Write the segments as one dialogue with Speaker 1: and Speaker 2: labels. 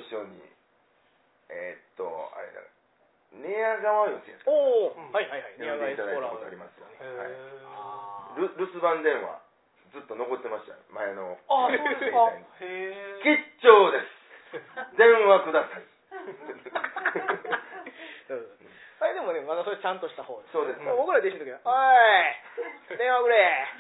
Speaker 1: 師匠にあれだ寝屋川寄せやった
Speaker 2: おお、はいはいはい、
Speaker 1: 寝屋川エスコーラーありますよね。留守番電話ずっと残ってましたよ、前の。
Speaker 2: あ、そうですか。
Speaker 1: 吉兆です電話ください
Speaker 2: あれでもね、まだそれちゃんとした方です。
Speaker 1: そうです。
Speaker 2: 僕ら弟子の時は、おい電話くれ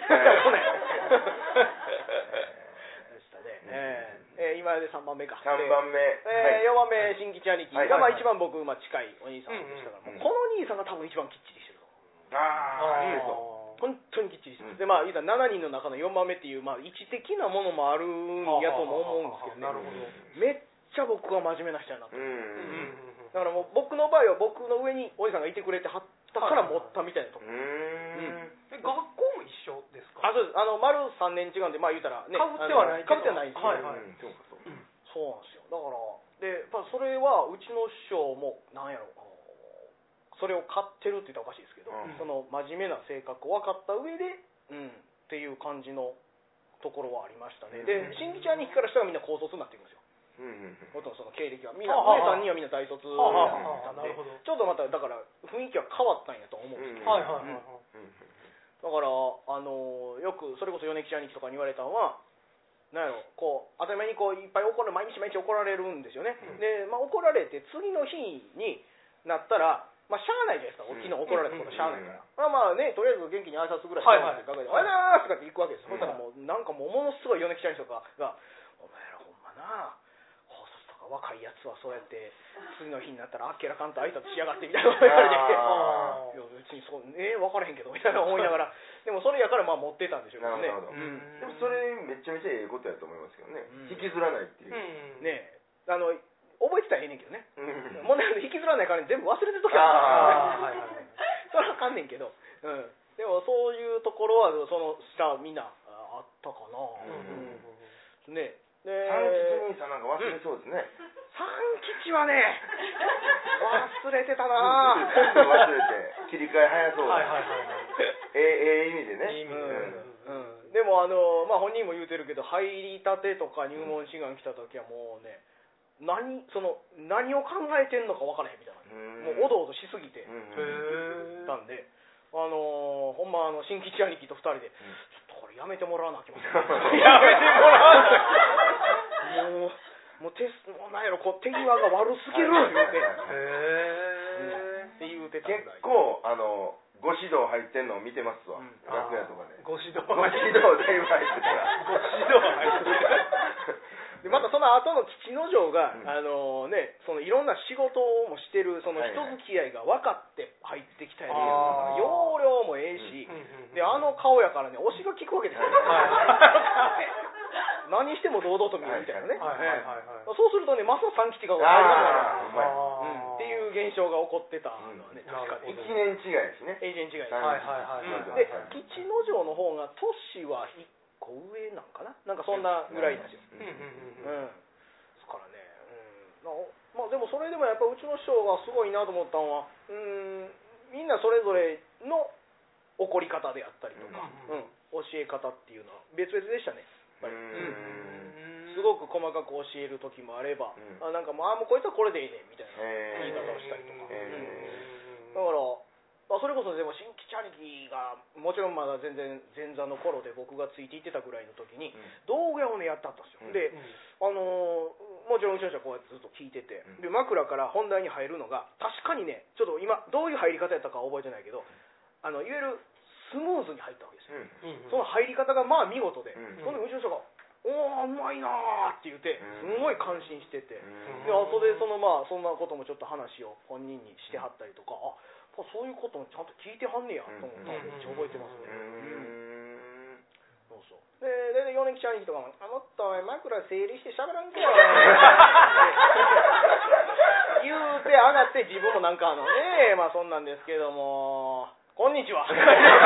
Speaker 2: でしたね。今で3番目か。
Speaker 1: 3番目。
Speaker 2: 4番目、新吉兄貴が一番僕、近いお兄さんでしたから、この兄さんが多分一番きっちりしてると。
Speaker 1: ああ、いいですよ。
Speaker 2: 本当にきっちりしてます。で、まあ、言うたら7人の中の4番目っていう、まあ、位置的なものもあるんやとも思うんですけどね。
Speaker 3: なるほど。
Speaker 2: めっちゃ僕は真面目な人やなと。だからもう僕の場合は僕の上におじさんがいてくれてはったから持ったみたいなとこ。
Speaker 3: 学校も一緒ですか？
Speaker 2: あ、そうです。丸3年違うんで、まあ言うたらね。
Speaker 3: かぶってはない。
Speaker 2: かぶってはないんですよ。
Speaker 3: はいはい。
Speaker 2: そうなんですよ。だから、で、やっぱそれはうちの師匠も、なんやろ、それを買ってるって言ったらおかしいですけど、その真面目な性格を分かった上で、っていう感じのところはありましたね。で、新吉兄貴からしたらみんな高卒になっていくんですよ。その経歴はみんな上3人はみんな大卒になったんで、ちょっとまただから雰囲気は変わったんやと思うんですけど、だからよくそれこそ米吉兄貴とかに言われたのは、なんやろ、こう当たり前にこういっぱい毎日怒られるんですよね。で、まあ、怒られて次の日になったら、まあ、しゃあないじゃないですか。昨日怒られたことはしゃあないから。まあね、とりあえず元気に挨拶ぐらいして、おはようございますとかって行くわけです。そしたらもうなんかものすごい米吉兄貴とかが、お前らほんまな、高卒とか若いやつはそうやって次の日になったらあっけらかんと挨拶しやがってみたいなこと言われてきて、いや別にそう分からへんけどみたいな思いながら、でもそれやからまあ持ってたんでしょうけどね。
Speaker 1: でもそれめちゃめちゃええことやと思いますけどね。引きずらないっていう。
Speaker 2: ね覚えてたらええねんけどね。問題は引きずらないから全部忘れてるときある。それはあかんねんけど。でもそういうところはその下みんなあったかな。ね。
Speaker 1: 三吉兄さんなんか忘れそうですね。
Speaker 2: 三吉はね忘れてたな。
Speaker 1: 忘れて切り替え早そう。ええ意味でね。
Speaker 2: でもまあ本人も言うてるけど、入りたてとか入門志願来た時はもうね。何を考えてんのか分からへんみたいな、もうおどおどしすぎてたんで、ほんま新吉兄貴と2人で、ちょっとこれやめてもらわなきゃやめてもらわなもうなんやろ、こう手際が悪すぎる言うてって言うてたんだ。
Speaker 1: 結構ご指導入ってんのを見てますわ、楽屋とかで。
Speaker 2: ご指導
Speaker 1: 電話入ってたら
Speaker 2: ご指導入ってたでまたその後の吉之丞が、そのいろんな仕事もしてるその人付き合いが分かって入ってきたやつやから容量もええし、で顔やからね推しが効くわけですよ。何しても堂々と見るみたいなね。そうするとねますます三吉が分かりますからっていう現象が起こってたのはね、確かに
Speaker 1: 1年違いですね。
Speaker 2: 1年違いで吉之丞の方が年は1個上なんかな、なんかそんなぐらいなんですよ。ですからね、まあでもそれでもやっぱうちの師匠がすごいなと思ったのは、みんなそれぞれの怒り方であったりとか、教え方っていうのは別々でしたね。やっぱりすごく細かく教える時もあれば、なんかもうこいつはこれでいいねみたいな言い方をしたりとか、だからそれこそでも新吉兄貴がもちろんまだ全然前座の頃で僕がついていってたぐらいの時に道具屋をねやってあったんですよ。でもちろんうちの人はこうやってずっと聞いてて、で枕から本題に入るのが確かにね、ちょっと今どういう入り方やったか覚えてないけど、いわゆるスムーズに入ったわけですよ。その入り方がまあ見事で、そのうちの人がおーうまいなーって言ってすごい感心してて、で後でまあそんなこともちょっと話を本人にしてはったりとか、そういうこともちゃんと聞いてはんねやと思ったのめっちゃ覚えてますね。そうで米吉兄貴とかももっと枕整理してしゃべらんか言うて上がって、自分もなんかまあそんなんですけどもこんにちは自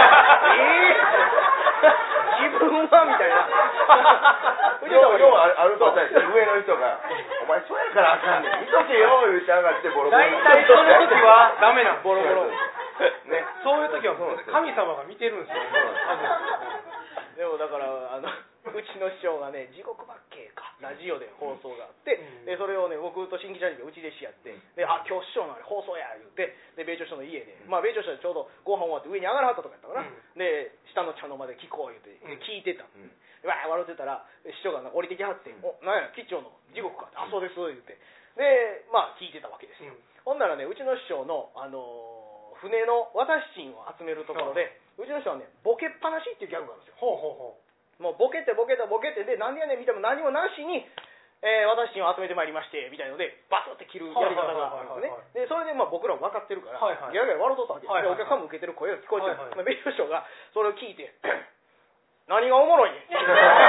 Speaker 2: 分はみたいな
Speaker 1: 要はあると上の人がお前そうやからあかんねん見とけよ言うて上がってボロボロ。
Speaker 3: 大体その時はダメなん
Speaker 2: ボロボロ
Speaker 3: ね、そういう時は神様が見てるんですよ。
Speaker 2: でもだからうちの師匠がね地獄ばっけかラジオで放送があって、でそれをね僕と新規ジャニーがうち弟子やって、で今日師匠のあれ放送や言うて、で米朝師匠の家で、米朝師匠ちょうどご飯終わって上に上がらはったとかやったかな、で下の茶の間で聞こう言うて、聞いてた、わー笑ってたら師匠が降りてきはって、なんや吉兆の地獄かって、あそうです言うて、で聞いてたわけですよ。ほんならねうちの師匠の船の渡し賃を集めるところで、うちの人はねボケっぱなしっていうギャグがあるんですよ。もうボケてで何やねん見ても何もなしに、渡し賃を集めてまいりましてみたいのでバスって切るやり方があるんですね。でそれで僕らは分かってるから、ギャグ笑うとったわけです、でお客さんも受けてる声が聞こえてる、米朝師匠がそれを聞いて何がおもろいねんってな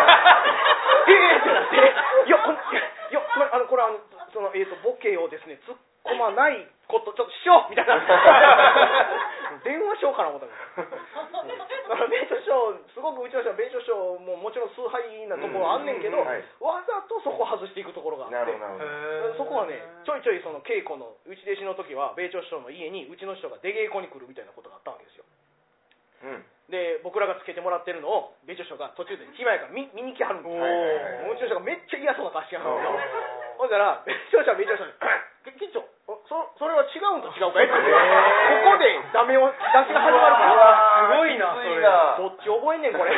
Speaker 2: っていやこれそのボケをですね突っ込まないことちょっとしようみたいな電話しようかな思ったんですよ。だから米朝師匠すごくうちの人は米朝師匠ももちろん崇拝なところあんねんけど、わざとそこ外していくところがあって、そこはねちょいちょいその稽古のうち弟子の時は米朝師匠の家にうちの人が出稽古に来るみたいなことがあったわけですよ。で僕らがつけてもらってるのを米朝師匠が途中で暇やから見に来はるんですよ。うちの人がめっちゃ嫌そうな顔してはるんですよ。ほんだら米朝師匠は米朝師匠に吉兆それは違うんと違うかいってここでダメを出しが始まるから
Speaker 3: すごいなそれ
Speaker 2: どっち覚えんねんこれ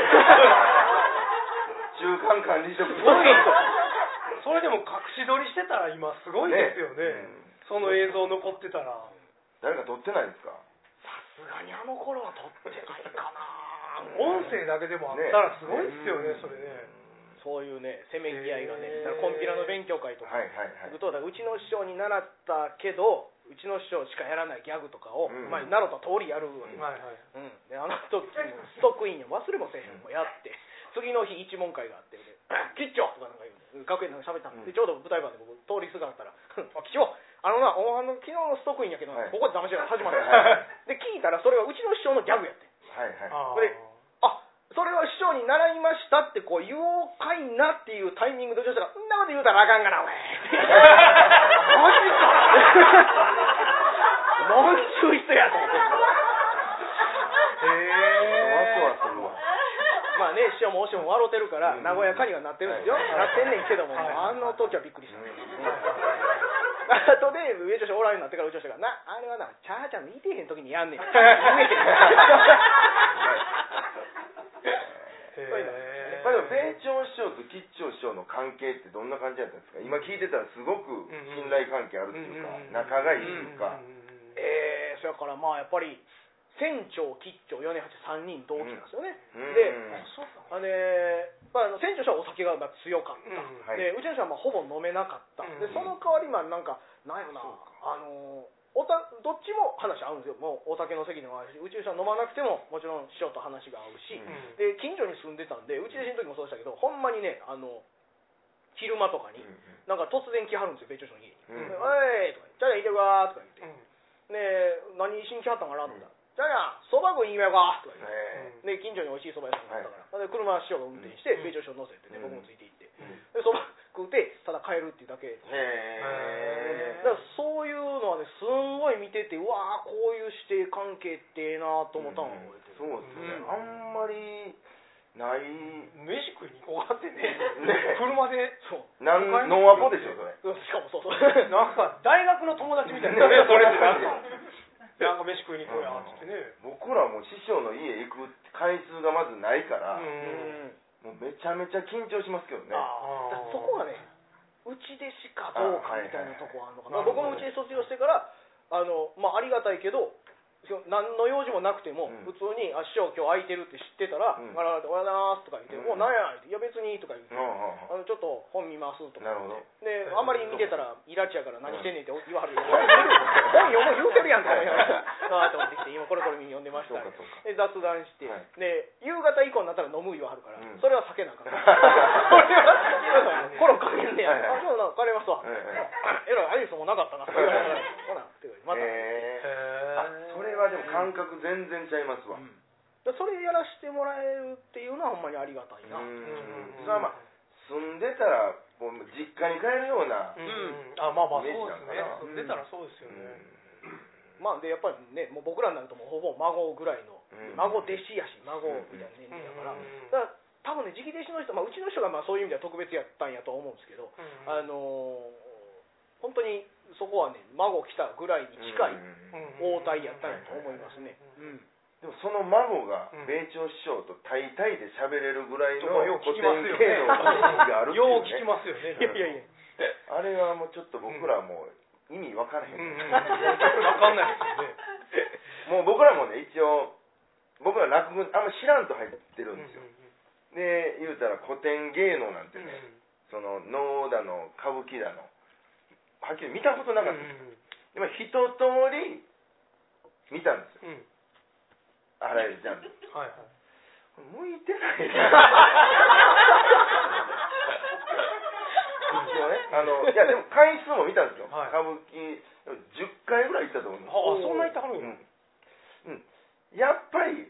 Speaker 1: 中間管理職
Speaker 3: すごいそれでも隠し撮りしてたら今すごいですよね、その映像残ってたら
Speaker 1: 誰か撮ってないんですか？
Speaker 2: さすがにあの頃は撮ってないかな
Speaker 3: 音声だけでもあったらすごいですよね、それね
Speaker 2: そういうねせめぎ合いがねだからコンピラの勉強会とか行くと、うちの師匠に習ったけどうちの師匠しかやらないギャグとかを、習った通りやるわけです、であの時もストックインを忘れもせえへんもやって次の日一問会があって吉兆とかなんか言う学園で喋ったんで、ちょうど舞台場で僕通りすがったら吉兆昨日のストックインやけど、ここで騙しが始まったで聞いたらそれはうちの師匠のギャグやって、でそれは師匠に習いましたってこう言おうかいなっていうタイミングで女子がそんなこと言うたらあかんがなお前マジかなんちゅう人やと思って
Speaker 1: ワクワクするわ。
Speaker 2: まあね師匠もお師匠も笑うてるから和やかにはなってるんですよ、なってんねんけども、あの時はびっくりしたね。あとで上女子おらんようになってからうちの人があれはなチャーちゃん見てへん時にやんねん言えて
Speaker 1: 米朝師匠と吉兆師匠の関係ってどんな感じだったんですか？今聞いてたらすごく信頼関係あるっていうか、仲がいいっていうか、
Speaker 2: そやからやっぱり船長吉兆米八3人同期なんですよね、で船長師匠はお酒が強かった、でうちの人はほぼ飲めなかった、でその代わりなんやろなどっちも話合うんですよ。もうお酒の席でもあるし、うちの人は飲まなくてももちろん師匠と話が合うし、で近所に住んでたんでうち弟子の時もそうでしたけど、ほんまにね昼間とかに突然来はるんですよ米朝師匠の家に、おいとかじゃあいてるかとか言って、で何しに来はったんかなと思ったら、じゃあそば食いに行こうかとか言って、で近所に美味しいそば屋さんがあったから、で車師匠が運転して米朝師匠乗せて、僕もついて行って、でそば食うてただ帰るっていうだけ。だからそういうのはねすんごい見てて、うわーこういう師弟関係ってええなと思ったのを覚えてる。
Speaker 1: そうですね、あんまりない
Speaker 3: 飯食いに行こうかってね車で
Speaker 1: ノンアポでしょそれ。
Speaker 2: しかもそう
Speaker 3: なんか大学の友達みたいなねそれってなんか飯食いに行こうやってね、
Speaker 1: 僕らも師匠の家行く回数がまずないから、もうめちゃめちゃ緊張しますけどね。
Speaker 2: そこがねうち弟子かどうかみたいなとこあるのかな。僕もうちで卒業してからありがたいけど何の用事もなくても、普通に師匠今日空いてるって知ってたら「おはようございます」とか言って「何や?」って「いや別に」とか言って「ちょっと本見ます」とかであんまり見てたらイラチやから何してんねんって言わはるよ本読む言うてるやんとか思いながらと思ってきて今これ読んでましたで雑談してで夕方以降になったら飲む言わはるからそれは酒なんかコロッかけんねやそうな帰りますわえらいアイスもなかったなほなってまた
Speaker 1: それはでも感覚全然ちゃいますわ、
Speaker 2: それやらしてもらえるっていうのはほんまにありがたいな。
Speaker 1: それは住んでたらもう実家に帰るようなイメージなんかな。
Speaker 3: 住んでたらそうですよね。
Speaker 2: でやっぱりねもう僕らになるともうほぼ孫ぐらいの、孫弟子やし孫みたいな年齢だから、 多分ね直弟子の人、うちの人がそういう意味では特別やったんやと思うんですけど、本当にそこはね孫来たぐらいに近い応対やったんやと思いますね。
Speaker 1: でもその孫が米朝師匠と対々で喋れるぐらいの
Speaker 3: 古
Speaker 1: 典芸能の知識があるっていうね。
Speaker 3: よう聞きますよね。
Speaker 2: いや
Speaker 1: あれはもうちょっと僕らも意味分からへん。
Speaker 3: 分かんないですよね。
Speaker 1: もう僕らもね一応僕ら落語あんま知らんと入ってるんですよ。で言うたら古典芸能なんてね、その能だの歌舞伎だのはっきり見たことなかったんですよ。でも一通り見たんですよ。あらゆるジャンル。
Speaker 3: はいはい。
Speaker 1: 向いてないね。一応ね、いやでも回数も見たんですよ。歌舞伎10回ぐらい行ったと思うんです。
Speaker 3: そんな行ったはるん
Speaker 1: やっぱり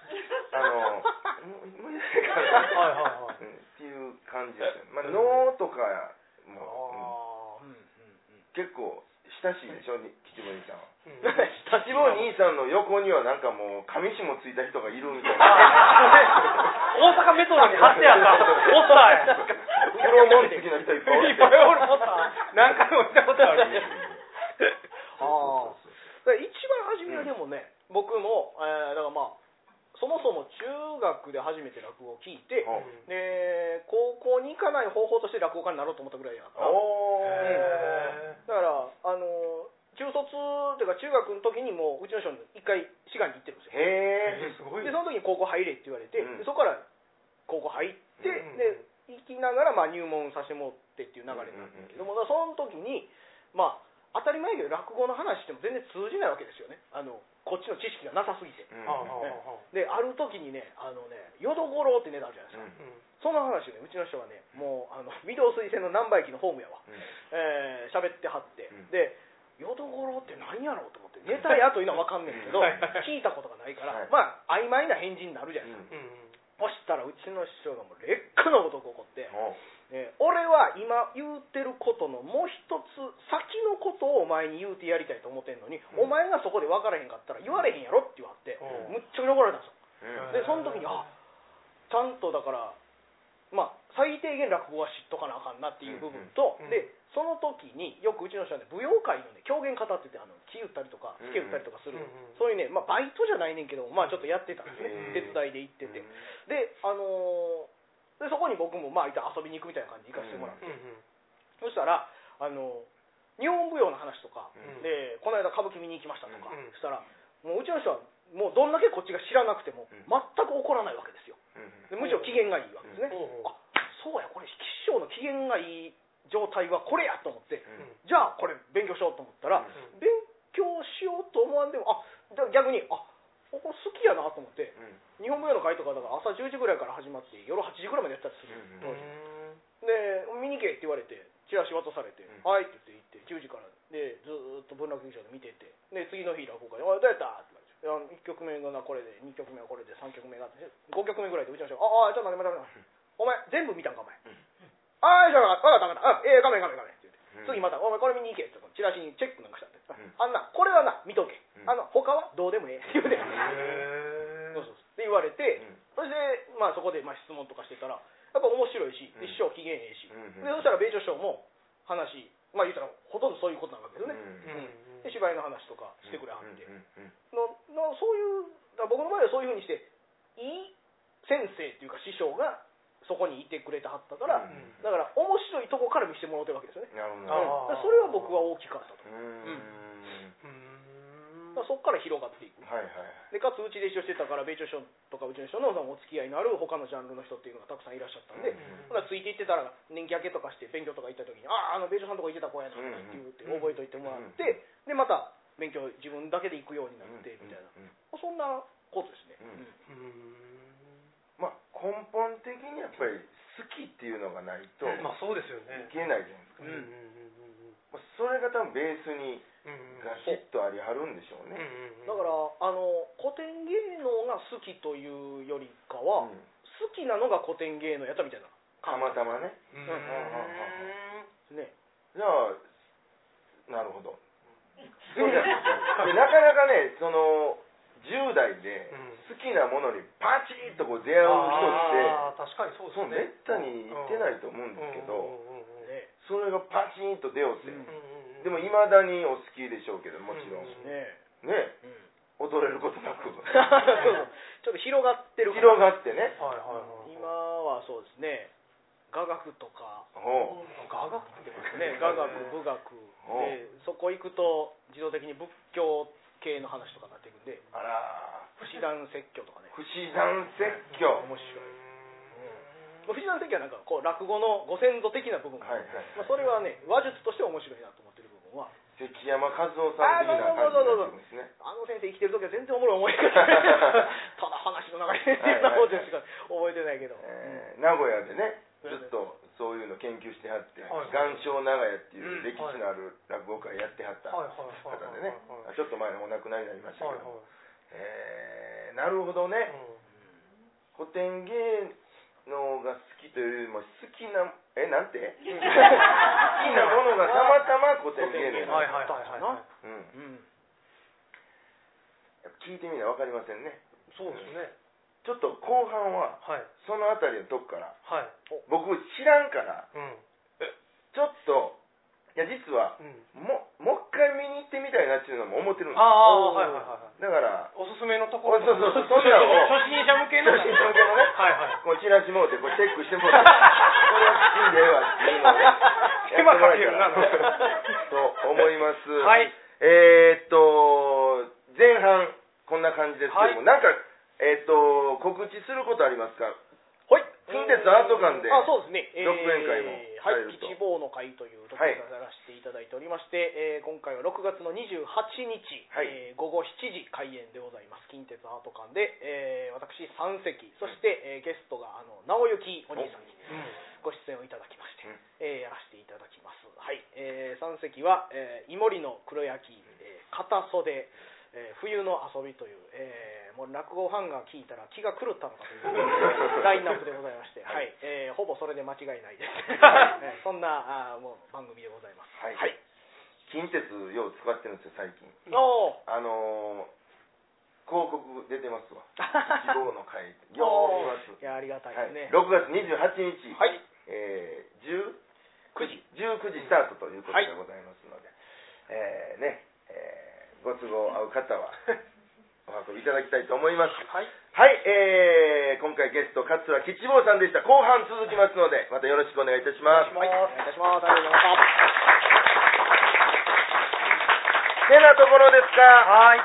Speaker 1: 向いてないからっていう感じですよ。能とかも結構親しいでしょ、吉坊兄さんは。吉坊兄さんの横にはなんかもう上下ついた人がいるみたいな。
Speaker 3: 大阪メトロに貼ってあったポスターや。
Speaker 1: プロモン好きな人いっぱいおる。
Speaker 3: いっぱいおるポスター何回も見たことある。
Speaker 2: 一番初めはでもね、僕もだからそもそも中学で初めて落語を聞いて、で高校に行かない方法として落語家になろうと思ったぐらいやった。だから中卒というか中学の時にもううちの人に一回滋賀に行ってるんですよ。でその時に高校入れって言われて、でそこから高校入って、で行きながら入門させてもらってっていう流れなんですけども、その時に当たり前だけど落語の話しても全然通じないわけですよね。こっちの知識がなさすぎて。である時にね淀五郎ってネタあるじゃないですか。その話をねうちの人がねもう御堂筋線の難波駅のホームやわ喋ってはって、で淀五郎って何やろうと思ってネタやというのは分かんねんけど聞いたことがないから曖昧な返事になるじゃないですか。そしたらうちの師匠がもう劣化のごとく怒って、俺は今言うてることのもう一つ先のことをお前に言うてやりたいと思ってんのに、お前がそこで分からへんかったら言われへんやろって言われて、むっちゃ怒られたんですよ。でその時にちゃんとだから最低限落語は知っとかなあかんなっていう部分と、でその時によくうちの人はね舞踊界のね狂言方って言って木打ったりとかつけ打ったりとかする、そういうねバイトじゃないねんけどちょっとやってたんですね。手伝いで行ってて、ででそこに僕も遊びに行くみたいな感じで行かせてもらって、そしたら日本舞踊の話とか、でこの間歌舞伎見に行きましたとか、そしたらもううちの人はもうどんだけこっちが知らなくても全く怒らないわけですよ。でむしろ機嫌がいいわけですね。そうやこれ師匠の機嫌がいい状態はこれやと思って、じゃあこれ勉強しようと思ったら、勉強しようと思わんでも逆にこれ好きやなと思って、日本舞踊の会とかだから朝10時ぐらいから始まって夜8時ぐらいまでやったりする当時で、見に行けって言われてチラシ渡されて、はいって言って行って10時からでずーっと文楽劇場で見てて、で次の日落語会どうやったって言われて、1曲目がこれで2曲目はこれで3曲目が5曲目ぐらいでうちの人がちょっと待ってお前全部見たんかお前、じゃあ分かった画面って言って、次またお前これ見に行けってチラシにチェックなんかしたって、これはな見とけ、他はどうでもええって言うてって言われて、そしてそこで質問とかしてたらやっぱ面白いし、師匠機嫌ええし、でそしたら米朝師匠も話言ったらほとんどそういうことなわけですよね。で芝居の話とかしてくれはって、そういう僕の場合はそういうふうにしていい先生っていうか師匠がそこにいてくれてはったから、だから面白いとこから見せてもらってるわけですよね。それは僕は大きかったと。そこから広がっていく。でかつうち弟子をしてたから米朝師匠とかうちの師匠のお付き合いのある他のジャンルの人っていうのがたくさんいらっしゃったんで、ついていってたら年季明けとかして勉強とか行った時に米朝さんとこ行ってた子やなって言って覚えといてもらって、でまた勉強自分だけで行くようになってみたいな、そんなことですね。
Speaker 1: 根本的にやっぱり好きっていうのがないと
Speaker 3: そうですよね、
Speaker 1: いけないじゃないですか。それが多分ベースにガシッとありはるんでしょうね。
Speaker 2: だから古典芸能が好きというよりかは、好きなのが古典芸能やったみたいな。
Speaker 1: たまたまね。じゃあなるほど。でなかなかね 10代で好きなものにパチッとこう出会う人って
Speaker 3: 確かにそうです
Speaker 1: そうめったに行ってないと思うんですけど、それがパチンと出ようって、でもいまだにお好きでしょうけど、もちろんね、踊れることなく
Speaker 2: ちょっと広がってるから
Speaker 1: 広がってね、
Speaker 2: 今はそうですね、雅楽とか
Speaker 3: 雅楽って
Speaker 2: ね、雅楽武楽で、そこ行くと自動的に仏教系の話とかになっていくんで、
Speaker 1: あら
Speaker 2: 不死檀説教とかね、
Speaker 1: 不死檀説教
Speaker 2: 面白い。不死檀説教はなんかこう落語のご先祖的な部分があって、それはね話術として面白いなと思ってる部分は
Speaker 1: 関山和夫さん的な感じになってるんですね。
Speaker 2: あの先生生きてる時は全然おもろい思い出がないただ話の中で変なことしか覚えてないけど、
Speaker 1: 名古屋でねずっとそういうの研究してはって、岩礁長屋っていう歴史のある落語会やってはった方でね、ちょっと前にお亡くなりになりましたけど、なるほどね、古典芸能が好きというよりも好きななんて好きなものがたまたま古典芸能だったかな。聞いてみな分かりませんね。
Speaker 3: そうですね。
Speaker 1: ちょっと後半はそのあたりのとこから僕知らんからちょっといや実はもう一回見に行ってみたいなっていうのも思ってるんですよ。だから
Speaker 3: おすすめのところ、
Speaker 1: そんなのを
Speaker 3: 初心者向けのね、
Speaker 1: こうチラシもうてこうチェックしてもらってこれはきちんでええわっていうのを
Speaker 3: 手間かけるな
Speaker 1: と思います。
Speaker 3: はい。
Speaker 1: 前半こんな感じですけども、なんか告知することありますか？
Speaker 2: はい。
Speaker 1: 近鉄アート館で
Speaker 2: そうですね。
Speaker 1: 独演会もされると。
Speaker 2: 吉坊の会というところをやらせていただいておりまして、今回は6月の28日、午後7時開演でございます。近鉄アート館で、私3席、そして、ゲストが直行お兄さんにご出演をいただきまして、やらせていただきます。はい。3席は、イモリの黒焼き、片袖、冬の遊びという、もう落語ファンが聞いたら気が狂ったのかというラインナップでございまして、ほぼそれで間違いないです。そんなもう番組でございます。
Speaker 1: 近鉄よう使ってるんですよ最近。広告出てますわ。希望の会よう見ます。
Speaker 2: いやありがたいですね。
Speaker 1: 6月28日、19時スタートということでございますので、ご都合合う方はお運びいただきたいと思います。今回ゲスト桂吉坊さんでした。後半続きますのでまたよろしくお願いいたします。
Speaker 2: お願いいたします。ありがとうございました。
Speaker 1: てなところですか。